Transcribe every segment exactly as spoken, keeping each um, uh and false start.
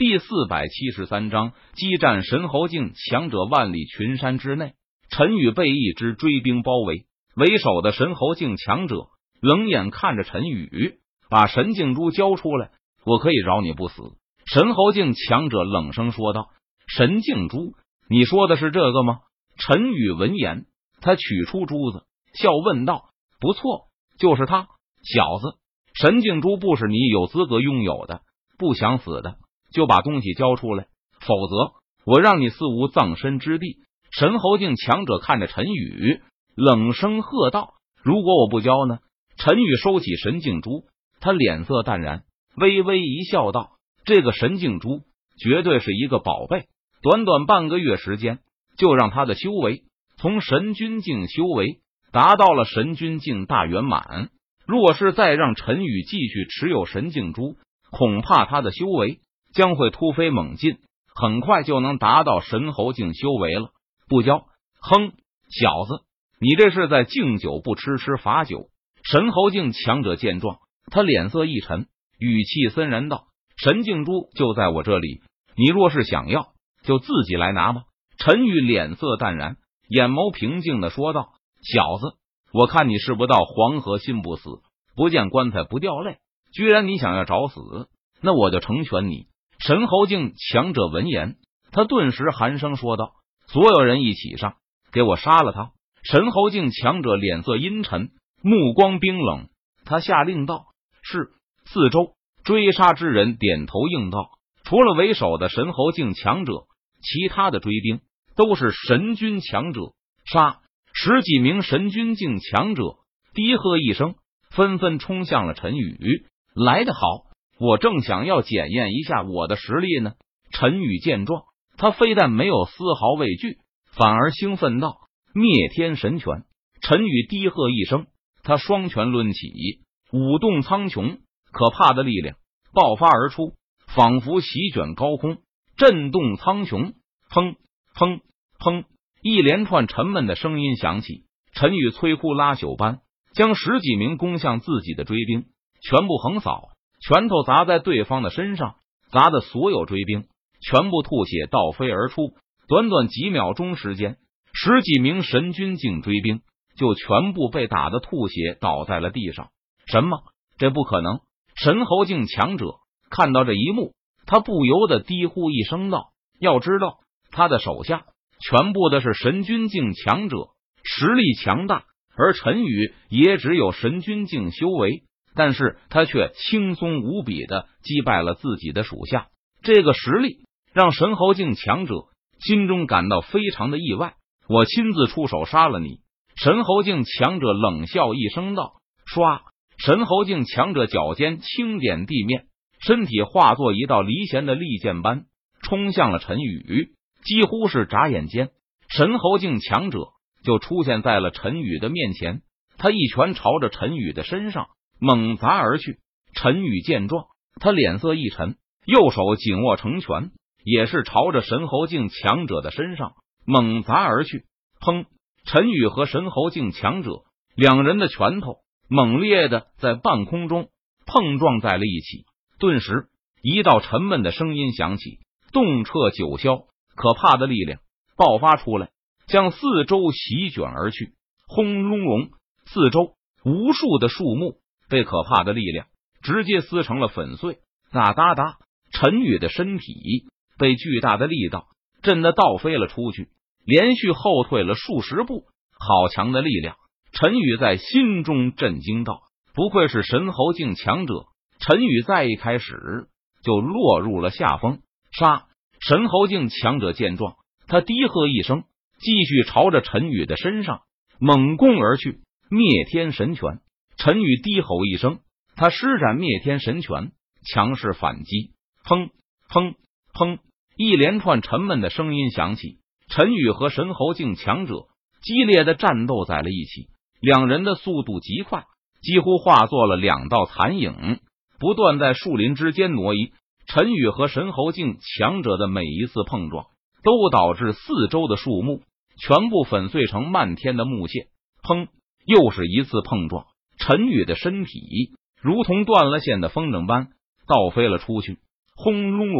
第四百七十三章激战神侯境，强者万里群山之内，陈宇被一支追兵包围，为首的神侯境强者冷眼看着陈宇，把神镜珠交出来，我可以饶你不死。神侯境强者冷声说道。神镜珠，你说的是这个吗？陈宇闻言，他取出珠子，笑问道。不错，就是他。小子，神镜珠不是你有资格拥有的，不想死的就把东西交出来，否则我让你死无葬身之地。神侯境强者看着陈宇，冷声喝道。如果我不交呢？陈宇收起神镜珠，他脸色淡然，微微一笑道，这个神镜珠绝对是一个宝贝，短短半个月时间，就让他的修为从神君境修为达到了神君境大圆满。若是再让陈宇继续持有神镜珠，恐怕他的修为将会突飞猛进，很快就能达到神侯境修为了。不交！哼，小子，你这是在敬酒不吃吃罚酒。神侯境强者见状，他脸色一沉，语气森然道，神镜珠就在我这里，你若是想要，就自己来拿吧。陈宇脸色淡然，眼眸平静的说道，小子，我看你是不到黄河心不死，不见棺材不掉泪，居然你想要找死，那我就成全你。神侯境强者闻言，他顿时寒声说道，所有人一起上，给我杀了他。神侯境强者脸色阴沉，目光冰冷，他下令道，是。四周追杀之人点头应道，除了为首的神侯境强者，其他的追兵都是神君强者。杀！十几名神君境强者低喝一声，纷纷冲向了陈宇。来得好，我正想要检验一下我的实力呢。陈宇见状，他非但没有丝毫畏惧，反而兴奋道，灭天神拳。陈宇低喝一声，他双拳抡起，舞动苍穹，可怕的力量爆发而出，仿佛席卷高空，震动苍穹。砰砰砰，一连串沉闷的声音响起，陈宇摧枯拉朽般将十几名攻向自己的追兵全部横扫，拳头砸在对方的身上，砸的所有追兵全部吐血倒飞而出。短短几秒钟时间，十几名神君境追兵就全部被打得吐血倒在了地上。什么？这不可能！神侯境强者看到这一幕，他不由得低呼一声道，要知道他的手下全部的是神君境强者，实力强大，而陈宇也只有神君境修为，但是他却轻松无比的击败了自己的属下。这个实力让神侯境强者心中感到非常的意外。我亲自出手杀了你！神侯境强者冷笑一声道。唰！神侯境强者脚尖轻点地面，身体化作一道离弦的利剑般冲向了陈宇。几乎是眨眼间，神侯境强者就出现在了陈宇的面前，他一拳朝着陈宇的身上猛砸而去。陈宇见状，他脸色一沉，右手紧握成拳，也是朝着神侯境强者的身上猛砸而去。砰！陈宇和神侯境强者两人的拳头猛烈的在半空中碰撞在了一起，顿时一道沉闷的声音响起，动彻九霄，可怕的力量爆发出来，向四周席卷而去。轰隆隆，四周无数的树木被可怕的力量直接撕成了粉碎。哒哒哒，陈宇的身体被巨大的力道震得倒飞了出去，连续后退了数十步。好强的力量！陈宇在心中震惊道，不愧是神侯境强者。陈宇在一开始就落入了下风。杀！神侯境强者见状，他低喝一声，继续朝着陈宇的身上猛攻而去。灭天神拳！陈宇低吼一声，他施展灭天神拳，强势反击。砰砰砰！一连串沉闷的声音响起，陈宇和神侯境强者激烈的战斗在了一起，两人的速度极快，几乎化作了两道残影，不断在树林之间挪移。陈宇和神侯境强者的每一次碰撞，都导致四周的树木全部粉碎成漫天的木屑。砰！又是一次碰撞，陈宇的身体如同断了线的风筝般倒飞了出去。轰隆隆，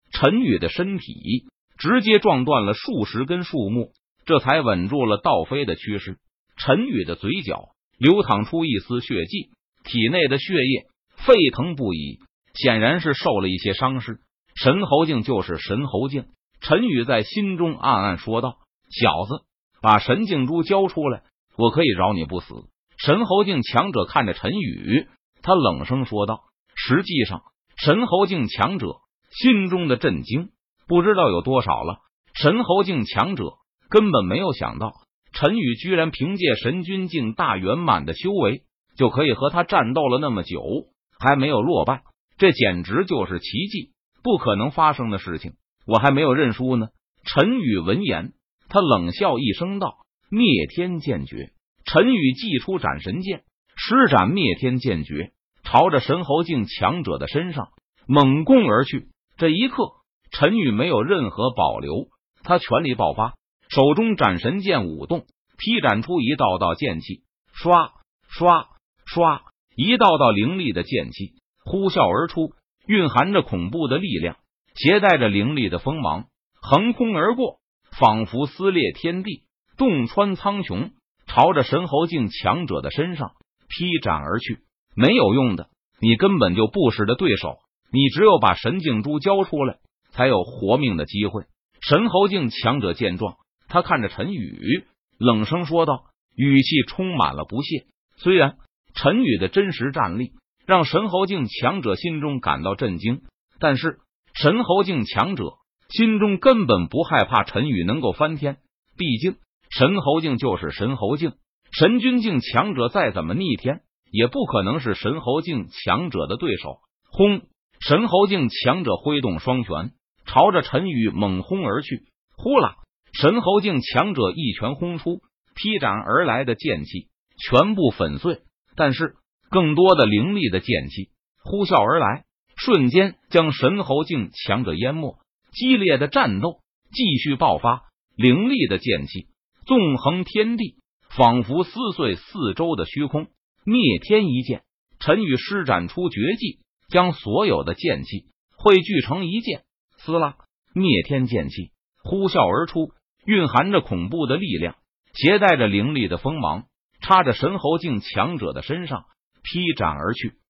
陈宇的身体直接撞断了数十根树木，这才稳住了倒飞的趋势。陈宇的嘴角流淌出一丝血迹，体内的血液沸腾不已，显然是受了一些伤势。神侯镜就是神侯镜，陈宇在心中暗暗说道：小子，把神镜珠交出来，我可以饶你不死。神侯镜强者看着陈宇，他冷声说道。实际上神侯镜强者心中的震惊不知道有多少了。神侯镜强者根本没有想到陈宇居然凭借神君境大圆满的修为就可以和他战斗了那么久还没有落败，这简直就是奇迹，不可能发生的事情。我还没有认输呢。陈宇闻言，他冷笑一声道：灭天剑诀。陈宇祭出斩神剑，施展灭天剑诀，朝着神侯境强者的身上猛攻而去。这一刻，陈宇没有任何保留，他全力爆发，手中斩神剑舞动，劈斩出一道道剑气，刷刷刷，一道道凌厉的剑气呼啸而出，蕴含着恐怖的力量，携带着凌厉的锋芒，横空而过，仿佛撕裂天地，洞穿苍穹，朝着神侯境强者的身上劈斩而去。没有用的，你根本就不是的对手，你只有把神镜珠交出来，才有活命的机会。神侯境强者见状，他看着陈宇，冷声说道，语气充满了不屑。虽然陈宇的真实战力让神侯境强者心中感到震惊，但是神侯境强者心中根本不害怕陈宇能够翻天，毕竟神侯境就是神侯境，神君境强者再怎么逆天也不可能是神侯境强者的对手。轰！神侯境强者挥动双拳，朝着陈宇猛轰而去。呼啦！神侯境强者一拳轰出，劈斩而来的剑气全部粉碎，但是更多的凌厉的剑气呼啸而来，瞬间将神侯境强者淹没。激烈的战斗继续爆发，凌厉的剑气纵横天地，仿佛撕碎四周的虚空。灭天一剑，陈宇施展出绝技，将所有的剑气汇聚成一剑。撕拉！灭天剑气呼啸而出，蕴含着恐怖的力量，携带着凌厉的锋芒，插着神侯境强者的身上劈斩而去。